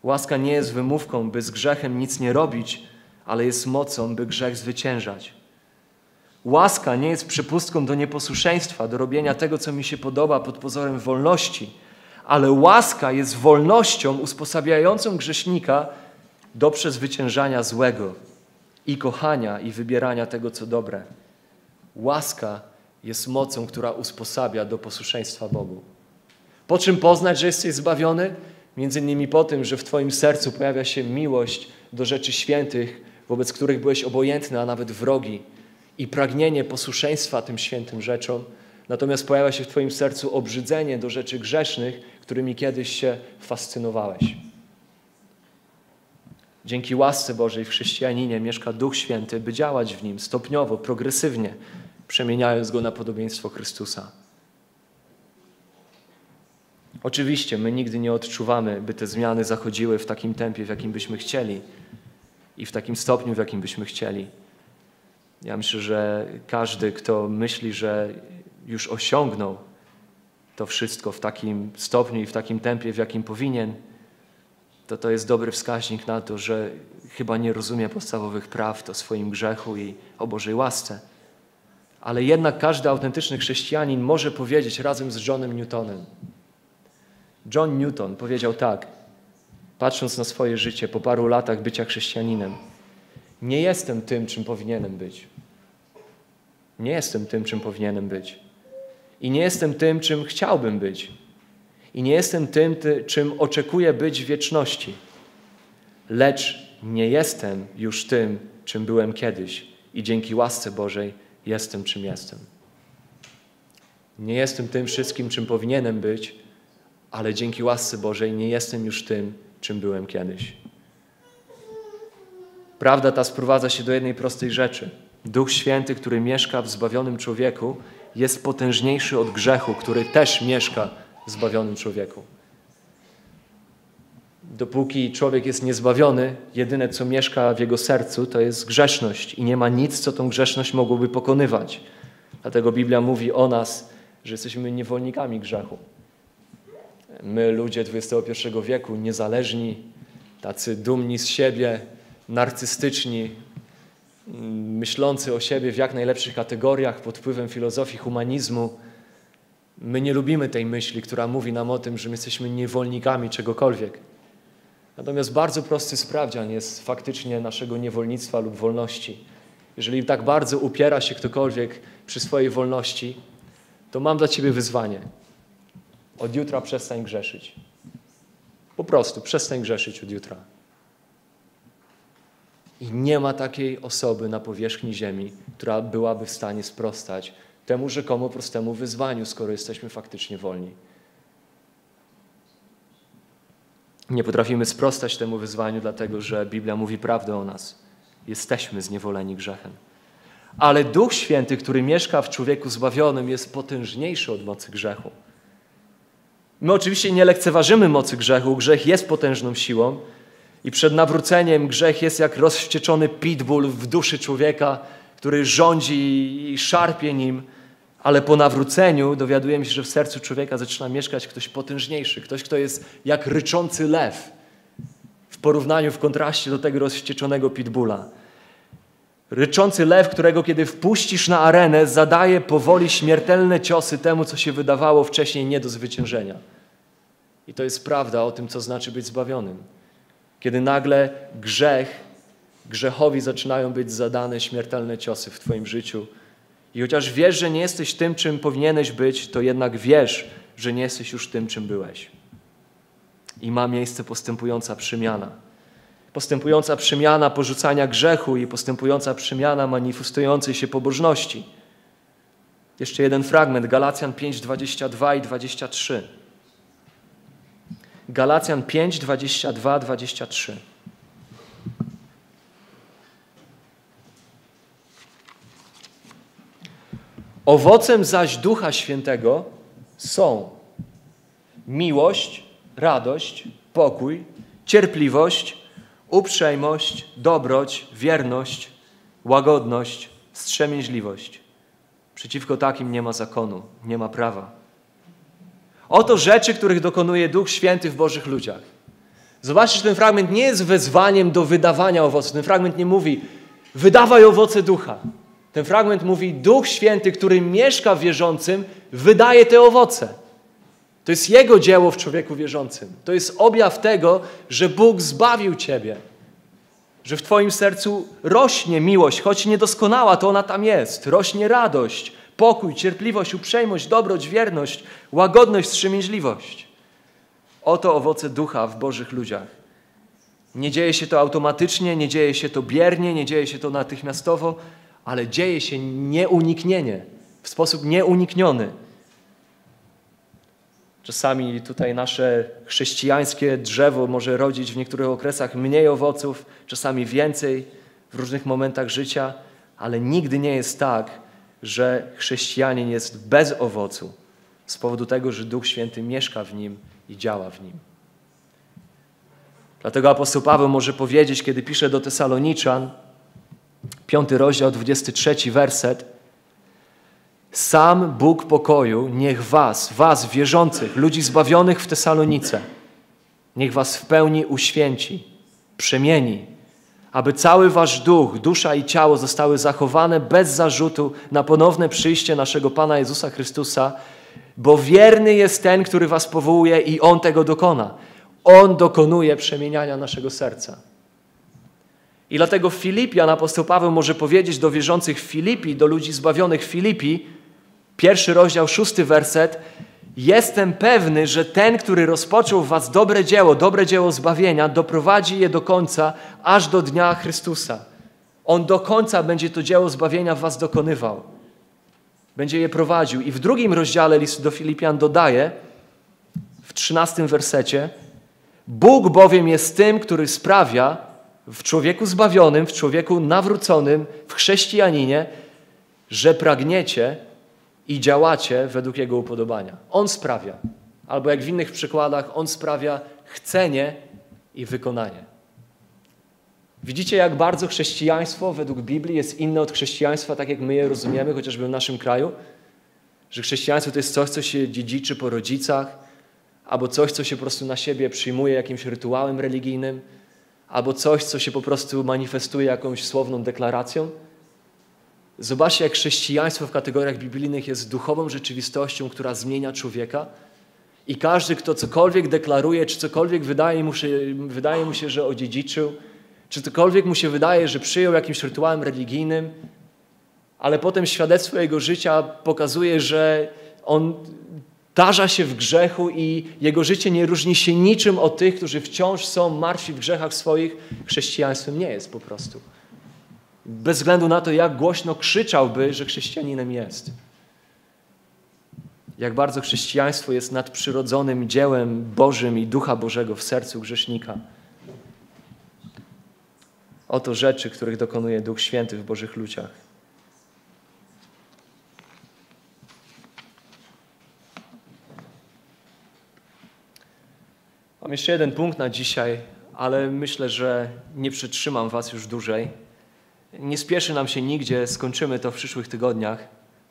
Łaska nie jest wymówką, by z grzechem nic nie robić, ale jest mocą, by grzech zwyciężać. Łaska nie jest przepustką do nieposłuszeństwa, do robienia tego, co mi się podoba pod pozorem wolności, ale łaska jest wolnością usposabiającą grzesznika do przezwyciężania złego i kochania i wybierania tego, co dobre. Łaska jest mocą, która usposabia do posłuszeństwa Bogu. Po czym poznać, że jesteś zbawiony? Między innymi po tym, że w twoim sercu pojawia się miłość do rzeczy świętych, wobec których byłeś obojętny, a nawet wrogi, i pragnienie posłuszeństwa tym świętym rzeczom. Natomiast pojawia się w twoim sercu obrzydzenie do rzeczy grzesznych, którymi kiedyś się fascynowałeś. Dzięki łasce Bożej w chrześcijaninie mieszka Duch Święty, by działać w nim stopniowo, progresywnie, przemieniając go na podobieństwo Chrystusa. Oczywiście my nigdy nie odczuwamy, by te zmiany zachodziły w takim tempie, w jakim byśmy chcieli i w takim stopniu, w jakim byśmy chcieli. Ja myślę, że każdy, kto myśli, że już osiągnął to wszystko w takim stopniu i w takim tempie, w jakim powinien, to to jest dobry wskaźnik na to, że chyba nie rozumie podstawowych prawd o swoim grzechu i o Bożej łasce. Ale jednak każdy autentyczny chrześcijanin może powiedzieć razem z Johnem Newtonem. John Newton powiedział tak, patrząc na swoje życie po paru latach bycia chrześcijaninem: nie jestem tym, czym powinienem być. Nie jestem tym, czym powinienem być. I nie jestem tym, czym chciałbym być. I nie jestem tym, ty, czym oczekuję być w wieczności. Lecz nie jestem już tym, czym byłem kiedyś. I dzięki łasce Bożej jestem, czym jestem. Nie jestem tym wszystkim, czym powinienem być, ale dzięki łasce Bożej nie jestem już tym, czym byłem kiedyś. Prawda ta sprowadza się do jednej prostej rzeczy. Duch Święty, który mieszka w zbawionym człowieku, jest potężniejszy od grzechu, który też mieszka w zbawionym człowieku. Dopóki człowiek jest niezbawiony, jedyne, co mieszka w jego sercu, to jest grzeszność i nie ma nic, co tą grzeszność mogłoby pokonywać. Dlatego Biblia mówi o nas, że jesteśmy niewolnikami grzechu. My, ludzie dwudziestego pierwszego wieku, niezależni, tacy dumni z siebie, narcystyczni, myślący o siebie w jak najlepszych kategoriach pod wpływem filozofii humanizmu. My nie lubimy tej myśli, która mówi nam o tym, że my jesteśmy niewolnikami czegokolwiek. Natomiast bardzo prosty sprawdzian jest faktycznie naszego niewolnictwa lub wolności. Jeżeli tak bardzo upiera się ktokolwiek przy swojej wolności, to mam dla ciebie wyzwanie. Od jutra przestań grzeszyć. Po prostu przestań grzeszyć od jutra. I nie ma takiej osoby na powierzchni ziemi, która byłaby w stanie sprostać temu rzekomo prostemu wyzwaniu, skoro jesteśmy faktycznie wolni. Nie potrafimy sprostać temu wyzwaniu, dlatego że Biblia mówi prawdę o nas. Jesteśmy zniewoleni grzechem. Ale Duch Święty, który mieszka w człowieku zbawionym, jest potężniejszy od mocy grzechu. My oczywiście nie lekceważymy mocy grzechu. Grzech jest potężną siłą i przed nawróceniem grzech jest jak rozwścieczony pitbull w duszy człowieka, który rządzi i szarpie nim, ale po nawróceniu dowiadujemy się, że w sercu człowieka zaczyna mieszkać ktoś potężniejszy, ktoś, kto jest jak ryczący lew w porównaniu, w kontraście do tego rozwścieczonego pitbulla. Ryczący lew, którego kiedy wpuścisz na arenę, zadaje powoli śmiertelne ciosy temu, co się wydawało wcześniej nie do zwyciężenia. I to jest prawda o tym, co znaczy być zbawionym. Kiedy nagle grzech, grzechowi zaczynają być zadane śmiertelne ciosy w twoim życiu. I chociaż wiesz, że nie jesteś tym, czym powinieneś być, to jednak wiesz, że nie jesteś już tym, czym byłeś. I ma miejsce postępująca przemiana. Postępująca przemiana porzucania grzechu i postępująca przemiana manifestującej się pobożności. Jeszcze jeden fragment, Galacjan pięć, dwadzieścia dwa i dwadzieścia trzy. Galacjan pięć, dwadzieścia dwa, dwadzieścia trzy. Owocem zaś Ducha Świętego są miłość, radość, pokój, cierpliwość, uprzejmość, dobroć, wierność, łagodność, wstrzemięźliwość. Przeciwko takim nie ma zakonu, nie ma prawa. Oto rzeczy, których dokonuje Duch Święty w Bożych ludziach. Zobaczcie, że ten fragment nie jest wezwaniem do wydawania owoców. Ten fragment nie mówi, wydawaj owoce ducha. Ten fragment mówi, Duch Święty, który mieszka w wierzącym, wydaje te owoce. To jest Jego dzieło w człowieku wierzącym. To jest objaw tego, że Bóg zbawił ciebie. Że w twoim sercu rośnie miłość, choć niedoskonała, to ona tam jest. Rośnie radość, pokój, cierpliwość, uprzejmość, dobroć, wierność, łagodność, wstrzemięźliwość. Oto owoce ducha w Bożych ludziach. Nie dzieje się to automatycznie, nie dzieje się to biernie, nie dzieje się to natychmiastowo, ale dzieje się nieuniknienie, w sposób nieunikniony. Czasami tutaj nasze chrześcijańskie drzewo może rodzić w niektórych okresach mniej owoców, czasami więcej w różnych momentach życia, ale nigdy nie jest tak, że chrześcijanin jest bez owocu z powodu tego, że Duch Święty mieszka w nim i działa w nim. Dlatego apostoł Paweł może powiedzieć, kiedy pisze do Tesaloniczan, piąty rozdział, dwudziesty trzeci werset, sam Bóg pokoju niech was, was wierzących, ludzi zbawionych w Tesalonice, niech was w pełni uświęci, przemieni, aby cały wasz duch, dusza i ciało zostały zachowane bez zarzutu na ponowne przyjście naszego Pana Jezusa Chrystusa, bo wierny jest ten, który was powołuje i On tego dokona. On dokonuje przemieniania naszego serca. I dlatego Filipian, apostoł Paweł może powiedzieć do wierzących w Filipi, do ludzi zbawionych w Filipi, pierwszy rozdział, szósty werset, jestem pewny, że ten, który rozpoczął w was dobre dzieło, dobre dzieło zbawienia, doprowadzi je do końca, aż do dnia Chrystusa. On do końca będzie to dzieło zbawienia w was dokonywał. Będzie je prowadził. I w drugim rozdziale listu do Filipian dodaje, w trzynastym wersecie, Bóg bowiem jest tym, który sprawia w człowieku zbawionym, w człowieku nawróconym, w chrześcijaninie, że pragniecie i działacie według Jego upodobania. On sprawia. Albo jak w innych przykładach, On sprawia chcenie i wykonanie. Widzicie, jak bardzo chrześcijaństwo według Biblii jest inne od chrześcijaństwa, tak jak my je rozumiemy, chociażby w naszym kraju? Że chrześcijaństwo to jest coś, co się dziedziczy po rodzicach, albo coś, co się po prostu na siebie przyjmuje jakimś rytuałem religijnym, albo coś, co się po prostu manifestuje jakąś słowną deklaracją. Zobaczcie, jak chrześcijaństwo w kategoriach biblijnych jest duchową rzeczywistością, która zmienia człowieka i każdy, kto cokolwiek deklaruje, czy cokolwiek wydaje mu się, wydaje mu się, że odziedziczył, czy cokolwiek mu się wydaje, że przyjął jakimś rytuałem religijnym, ale potem świadectwo jego życia pokazuje, że on tarza się w grzechu i jego życie nie różni się niczym od tych, którzy wciąż są martwi w grzechach swoich. Chrześcijaństwem nie jest po prostu. Bez względu na to, jak głośno krzyczałby, że chrześcijaninem jest. Jak bardzo chrześcijaństwo jest nadprzyrodzonym dziełem Bożym i Ducha Bożego w sercu grzesznika. Oto rzeczy, których dokonuje Duch Święty w Bożych ludziach. Mam jeszcze jeden punkt na dzisiaj, ale myślę, że nie przytrzymam was już dłużej. Nie spieszy nam się nigdzie, skończymy to w przyszłych tygodniach.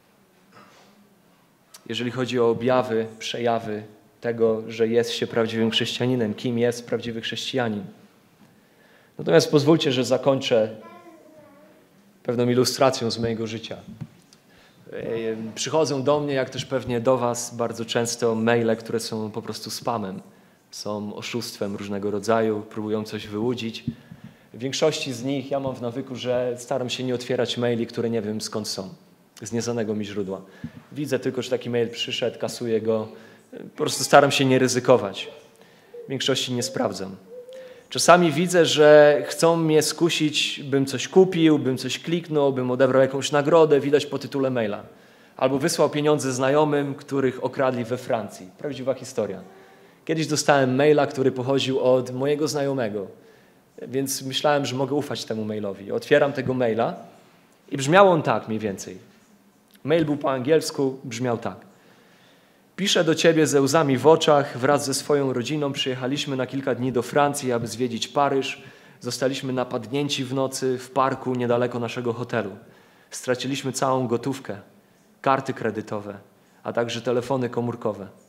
Jeżeli chodzi o objawy, przejawy tego, że jest się prawdziwym chrześcijaninem, kim jest prawdziwy chrześcijanin. Natomiast pozwólcie, że zakończę pewną ilustracją z mojego życia. Przychodzą do mnie, jak też pewnie do was, bardzo często maile, które są po prostu spamem. Są oszustwem różnego rodzaju, próbują coś wyłudzić. W większości z nich ja mam w nawyku, że staram się nie otwierać maili, które nie wiem skąd są, z nieznanego mi źródła. Widzę tylko, że taki mail przyszedł, kasuję go. Po prostu staram się nie ryzykować. W większości nie sprawdzam. Czasami widzę, że chcą mnie skusić, bym coś kupił, bym coś kliknął, bym odebrał jakąś nagrodę, widać po tytule maila. Albo wysłał pieniądze znajomym, których okradli we Francji. Prawdziwa historia. Kiedyś dostałem maila, który pochodził od mojego znajomego, więc myślałem, że mogę ufać temu mailowi. Otwieram tego maila i brzmiał on tak mniej więcej. Mail był po angielsku, brzmiał tak. Piszę do ciebie ze łzami w oczach, wraz ze swoją rodziną przyjechaliśmy na kilka dni do Francji, aby zwiedzić Paryż. Zostaliśmy napadnięci w nocy w parku niedaleko naszego hotelu. Straciliśmy całą gotówkę, karty kredytowe, a także telefony komórkowe.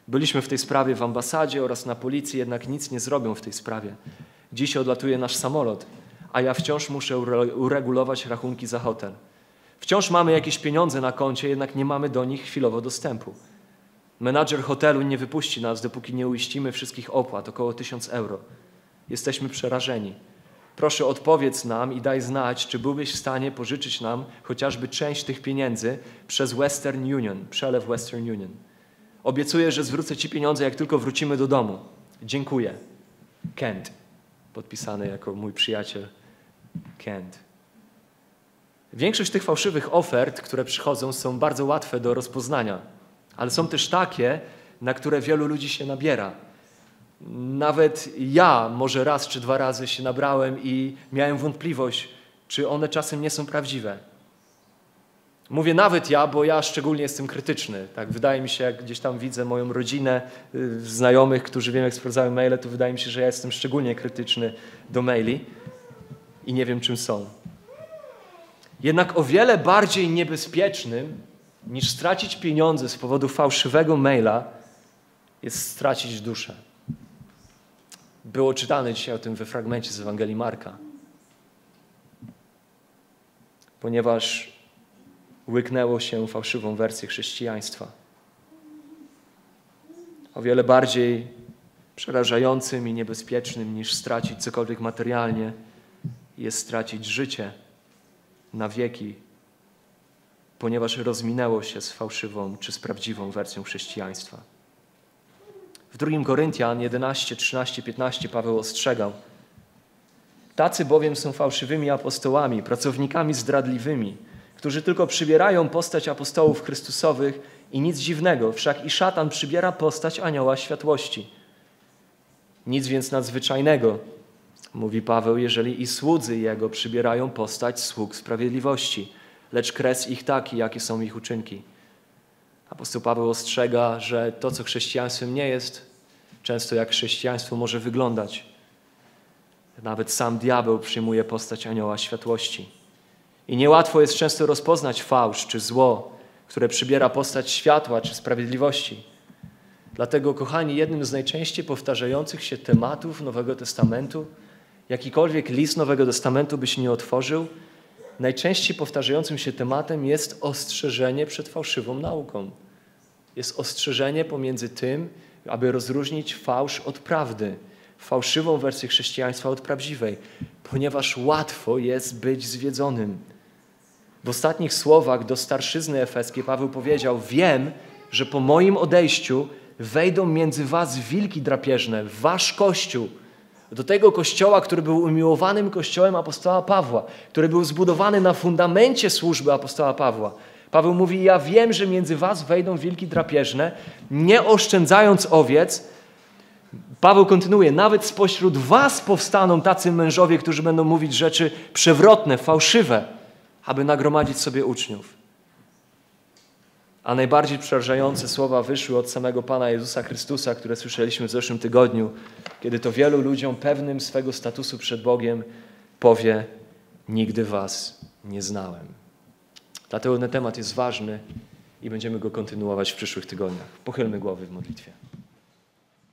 Byliśmy w tej sprawie w ambasadzie oraz na policji, jednak nic nie zrobią w tej sprawie. Dziś odlatuje nasz samolot, a ja wciąż muszę uregulować rachunki za hotel. Wciąż mamy jakieś pieniądze na koncie, jednak nie mamy do nich chwilowo dostępu. Menadżer hotelu nie wypuści nas, dopóki nie uiścimy wszystkich opłat, około tysiąc euro. Jesteśmy przerażeni. Proszę, odpowiedz nam i daj znać, czy byłbyś w stanie pożyczyć nam chociażby część tych pieniędzy przez Western Union, przelew Western Union. Obiecuję, że zwrócę ci pieniądze, jak tylko wrócimy do domu. Dziękuję. Kent. Podpisany jako mój przyjaciel Kent. Większość tych fałszywych ofert, które przychodzą, są bardzo łatwe do rozpoznania, ale są też takie, na które wielu ludzi się nabiera. Nawet ja może raz czy dwa razy się nabrałem i miałem wątpliwość, czy one czasem nie są prawdziwe. Mówię nawet ja, bo ja szczególnie jestem krytyczny. Tak, wydaje mi się, jak gdzieś tam widzę moją rodzinę, y, znajomych, którzy wiem, jak sprawdzają maile, to wydaje mi się, że ja jestem szczególnie krytyczny do maili i nie wiem, czym są. Jednak o wiele bardziej niebezpiecznym niż stracić pieniądze z powodu fałszywego maila jest stracić duszę. Było czytane dzisiaj o tym we fragmencie z Ewangelii Marka. Ponieważ łyknęło się fałszywą wersję chrześcijaństwa. O wiele bardziej przerażającym i niebezpiecznym niż stracić cokolwiek materialnie jest stracić życie na wieki, ponieważ rozminęło się z fałszywą czy z prawdziwą wersją chrześcijaństwa. W drugim Koryntian jedenaście, trzynaście, piętnaście Paweł ostrzegał: tacy bowiem są fałszywymi apostołami, pracownikami zdradliwymi, którzy tylko przybierają postać apostołów Chrystusowych i nic dziwnego, wszak i szatan przybiera postać anioła światłości. Nic więc nadzwyczajnego, mówi Paweł, jeżeli i słudzy Jego przybierają postać sług sprawiedliwości, lecz kres ich taki, jakie są ich uczynki. Apostoł Paweł ostrzega, że to, co chrześcijaństwem nie jest, często jak chrześcijaństwo może wyglądać. Nawet sam diabeł przyjmuje postać anioła światłości. I niełatwo jest często rozpoznać fałsz czy zło, które przybiera postać światła czy sprawiedliwości. Dlatego, kochani, jednym z najczęściej powtarzających się tematów Nowego Testamentu, jakikolwiek list Nowego Testamentu byś nie otworzył, najczęściej powtarzającym się tematem jest ostrzeżenie przed fałszywą nauką. Jest ostrzeżenie pomiędzy tym, aby rozróżnić fałsz od prawdy, fałszywą wersję chrześcijaństwa od prawdziwej, ponieważ łatwo jest być zwiedzonym. W ostatnich słowach do starszyzny efeskiej Paweł powiedział: wiem, że po moim odejściu wejdą między was wilki drapieżne, w wasz kościół, do tego kościoła, który był umiłowanym kościołem apostoła Pawła, który był zbudowany na fundamencie służby apostoła Pawła. Paweł mówi: ja wiem, że między was wejdą wilki drapieżne, nie oszczędzając owiec. Paweł kontynuuje: nawet spośród was powstaną tacy mężowie, którzy będą mówić rzeczy przewrotne, fałszywe, aby nagromadzić sobie uczniów. A najbardziej przerażające słowa wyszły od samego Pana Jezusa Chrystusa, które słyszeliśmy w zeszłym tygodniu, kiedy to wielu ludziom pewnym swego statusu przed Bogiem powie: nigdy was nie znałem. Dlatego ten temat jest ważny i będziemy go kontynuować w przyszłych tygodniach. Pochylmy głowy w modlitwie.